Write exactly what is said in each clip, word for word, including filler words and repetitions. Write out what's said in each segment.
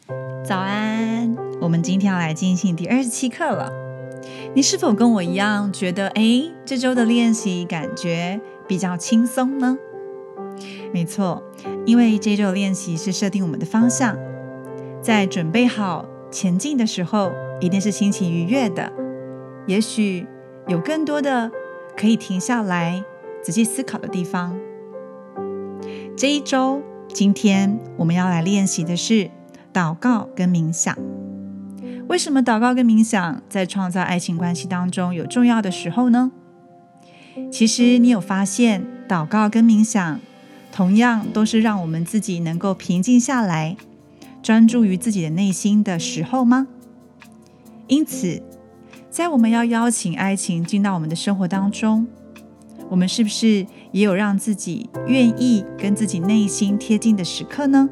早安，我们今天要来进行第二十七课了。你是否跟我一样觉得诶，这周的练习感觉比较轻松呢？没错，因为这周的练习是设定我们的方向，在准备好前进的时候一定是心情愉悦的，也许有更多的可以停下来仔细思考的地方。这一周今天我们要来练习的是祷告跟冥想。为什么祷告跟冥想在创造爱情关系当中有重要的时候呢？其实你有发现祷告跟冥想同样都是让我们自己能够平静下来，专注于自己的内心的时候吗？因此在我们要邀请爱情进到我们的生活当中，我们是不是也有让自己愿意跟自己内心贴近的时刻呢？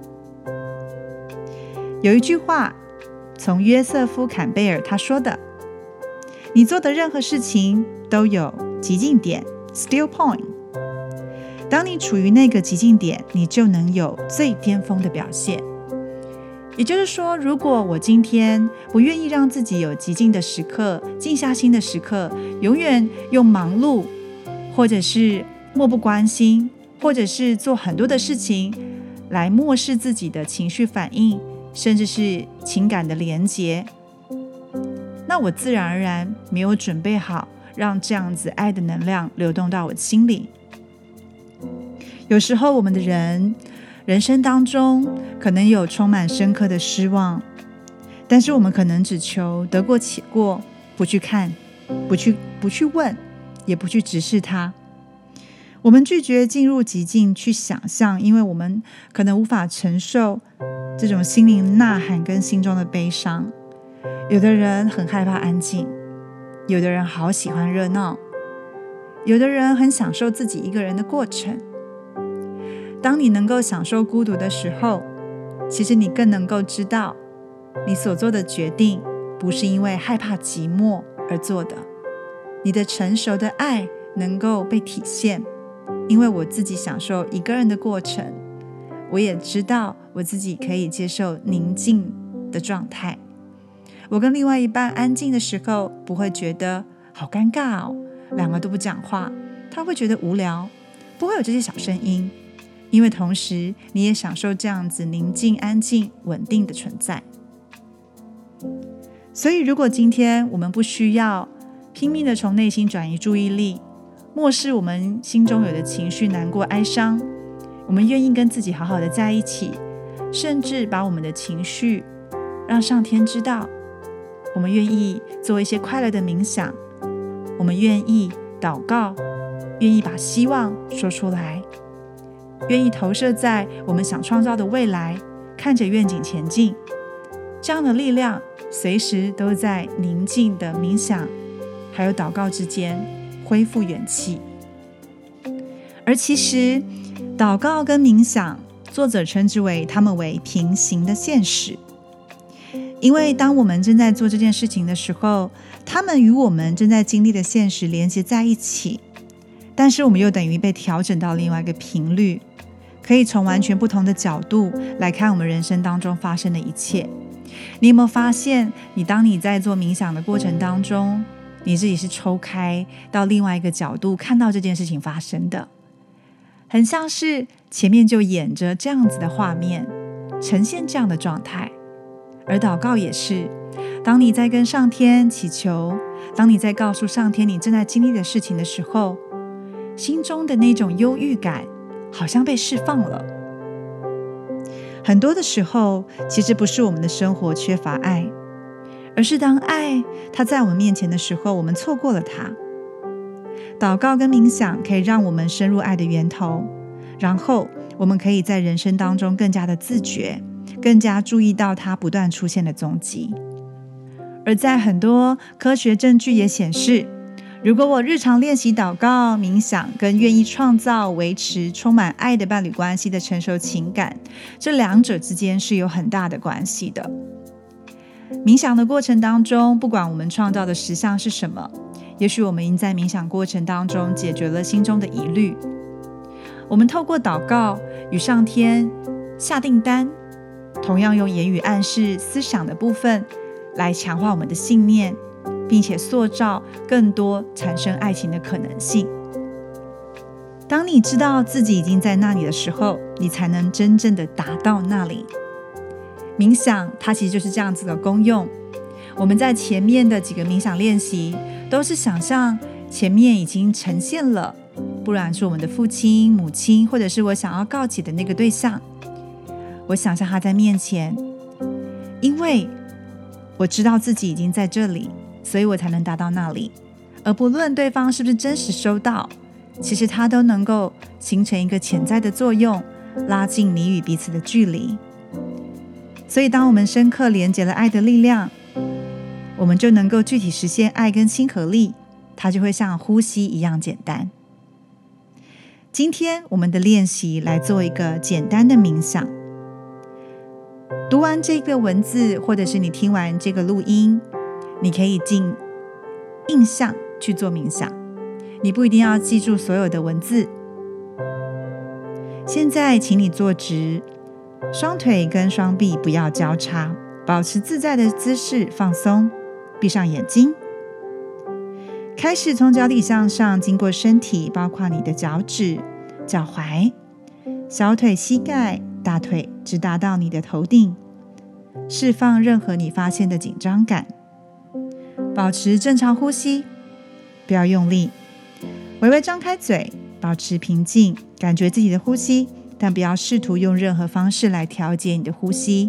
有一句话从约瑟夫·坎贝尔他说的，你做的任何事情都有极境点 still point， 当你处于那个极境点，你就能有最巅峰的表现。也就是说，如果我今天不愿意让自己有极静的时刻，静下心的时刻，永远用忙碌或者是漠不关心，或者是做很多的事情来漠视自己的情绪反应，甚至是情感的连结，那我自然而然没有准备好让这样子爱的能量流动到我的心里。有时候我们的人人生当中可能有充满深刻的失望，但是我们可能只求得过且过，不去看，不去不去问，也不去直视它。我们拒绝进入极境去想象，因为我们可能无法承受这种心灵呐喊跟心中的悲伤。有的人很害怕安静，有的人好喜欢热闹，有的人很享受自己一个人的过程。当你能够享受孤独的时候，其实你更能够知道你所做的决定不是因为害怕寂寞而做的。你的成熟的爱能够被体现，因为我自己享受一个人的过程，我也知道我自己可以接受宁静的状态。我跟另外一半安静的时候，不会觉得好尴尬哦，两个都不讲话，他会觉得无聊，不会有这些小声音，因为同时你也享受这样子宁静、安静、稳定的存在。所以如果今天我们不需要拼命的从内心转移注意力，漠视我们心中有的情绪，难过、哀伤，我们愿意跟自己好好的在一起，甚至把我们的情绪让上天知道，我们愿意做一些快乐的冥想，我们愿意祷告，愿意把希望说出来，愿意投射在我们想创造的未来，看着愿景前进。这样的力量随时都在宁静的冥想还有祷告之间恢复元气。而其实祷告跟冥想，作者称之为他们为平行的现实，因为当我们正在做这件事情的时候，他们与我们正在经历的现实连接在一起，但是我们又等于被调整到另外一个频率，可以从完全不同的角度来看我们人生当中发生的一切。你有没有发现，你当你在做冥想的过程当中，你自己是抽开到另外一个角度看到这件事情发生的，很像是前面就演着这样子的画面，呈现这样的状态。而祷告也是，当你在跟上天祈求，当你在告诉上天你正在经历的事情的时候，心中的那种忧郁感好像被释放了。很多的时候，其实不是我们的生活缺乏爱，而是当爱它在我们面前的时候，我们错过了它。祷告跟冥想可以让我们深入爱的源头，然后我们可以在人生当中更加的自觉，更加注意到它不断出现的踪迹。而在很多科学证据也显示，如果我日常练习祷告、冥想，跟愿意创造、维持充满爱的伴侣关系的成熟情感，这两者之间是有很大的关系的。冥想的过程当中，不管我们创造的实相是什么，也许我们已经在冥想过程当中解决了心中的疑虑。我们透过祷告与上天下订单， 同样用言语暗示思想的部分来强化我们的信念，并且塑造更多产生爱情的可能性。当你知道自己已经在那里的时候，你才能真正的达到那里。冥想它其实就是这样子的功用。我们在前面的几个冥想练习都是想象前面已经呈现了，不然是我们的父亲、母亲，或者是我想要告解的那个对象，我想象他在面前，因为我知道自己已经在这里，所以我才能达到那里。而不论对方是不是真实收到，其实它都能够形成一个潜在的作用，拉近你与彼此的距离。所以当我们深刻连结了爱的力量，我们就能够具体实现爱跟亲和力，它就会像呼吸一样简单。今天我们的练习来做一个简单的冥想。读完这个文字，或者是你听完这个录音，你可以进印象去做冥想，你不一定要记住所有的文字。现在请你坐直，双腿跟双臂不要交叉，保持自在的姿势，放松，闭上眼睛。开始从脚底向上，经过身体，包括你的脚趾、脚踝、小腿、膝盖、大腿，直达到你的头顶，释放任何你发现的紧张感。保持正常呼吸，不要用力，微微张开嘴，保持平静，感觉自己的呼吸，但不要试图用任何方式来调节你的呼吸。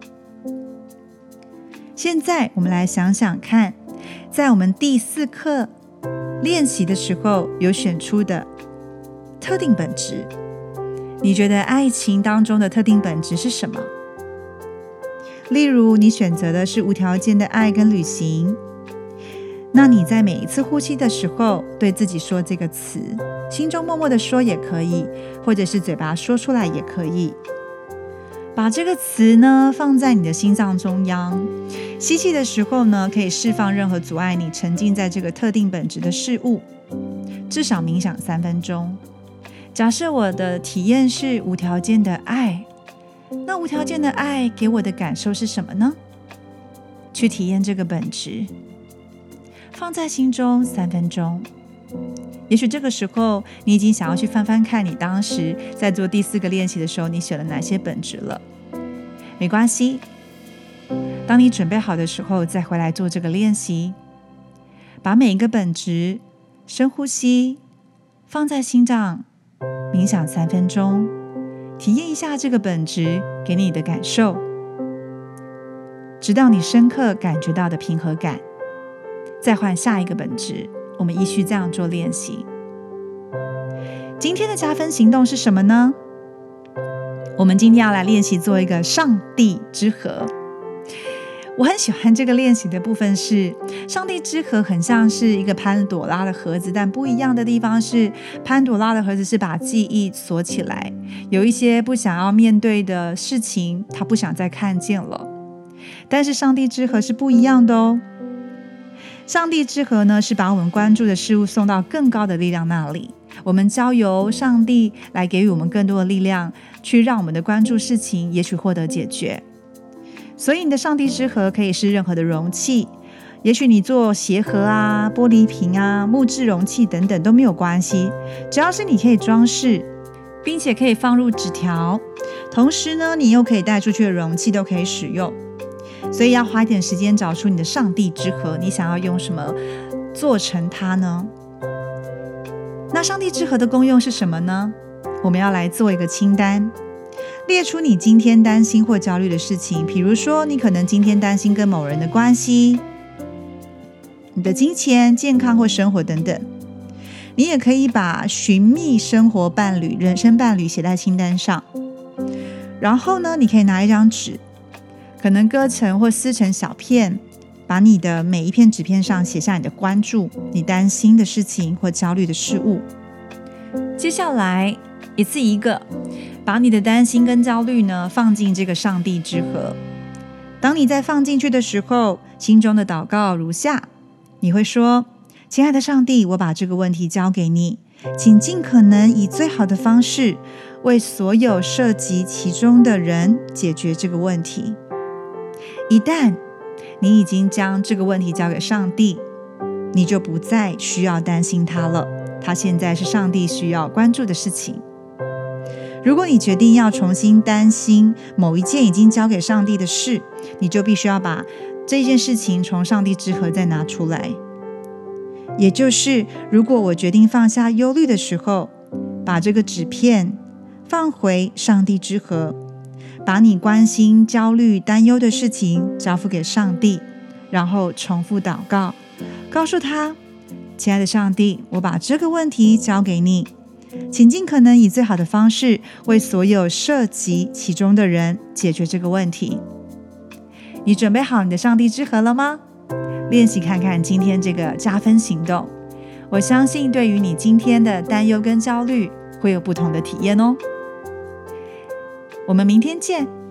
现在我们来想想看，在我们第四课练习的时候有选出的特定本质，你觉得爱情当中的特定本质是什么？例如你选择的是无条件的爱跟旅行，那你在每一次呼吸的时候对自己说这个词，心中默默的说也可以，或者是嘴巴说出来也可以。把这个词呢放在你的心脏中央，吸气的时候呢，可以释放任何阻碍你沉浸在这个特定本质的事物，至少冥想三分钟。假设我的体验是无条件的爱，那无条件的爱给我的感受是什么呢？去体验这个本质，放在心中三分钟。也许这个时候你已经想要去翻翻看你当时在做第四个练习的时候你选了哪些本质了，没关系，当你准备好的时候再回来做这个练习。把每一个本质深呼吸，放在心脏，冥想三分钟，体验一下这个本质给你的感受，直到你深刻感觉到的平和感，再换下一个本质。我们依序这样做练习。今天的加分行动是什么呢？我们今天要来练习做一个上帝之河。我很喜欢这个练习的部分是，上帝之河很像是一个潘朵拉的盒子，但不一样的地方是，潘朵拉的盒子是把记忆锁起来，有一些不想要面对的事情，他不想再看见了。但是上帝之河是不一样的哦。上帝之河呢，是把我们关注的事物送到更高的力量那里，我们交由上帝来给予我们更多的力量，去让我们的关注事情也许获得解决。所以你的上帝之河可以是任何的容器，也许你做鞋盒啊、玻璃瓶啊、木质容器等等都没有关系，只要是你可以装饰，并且可以放入纸条，同时呢你又可以带出去的容器都可以使用。所以要花一点时间找出你的上帝之河，你想要用什么做成它呢？那上帝之河的功用是什么呢？我们要来做一个清单，列出你今天担心或焦虑的事情，比如说你可能今天担心跟某人的关系，你的金钱、健康或生活等等。你也可以把寻觅生活伴侣、人生伴侣写在清单上，然后呢，你可以拿一张纸，可能割成或撕成小片，把你的每一片纸片上写下你的关注、你担心的事情或焦虑的事物。接下来一次一个，把你的担心跟焦虑呢放进这个上帝之河。当你在放进去的时候，心中的祷告如下，你会说：亲爱的上帝，我把这个问题交给你， 请尽可能以最好的方式为所有涉及其中的人解决这个问题。一旦你已经将这个问题交给上帝，你就不再需要担心它了，它现在是上帝需要关注的事情。如果你决定要重新担心某一件已经交给上帝的事，你就必须要把这件事情从上帝之盒再拿出来。也就是如果我决定放下忧虑的时候，把这个纸片放回上帝之盒，把你关心、焦虑、担忧的事情交付给上帝，然后重复祷告，告诉他：亲爱的上帝，我把这个问题交给你，请尽可能以最好的方式为所有涉及其中的人解决这个问题。你准备好你的上帝之盒了吗？练习看看今天这个加分行动，我相信对于你今天的担忧跟焦虑会有不同的体验哦。我们明天见。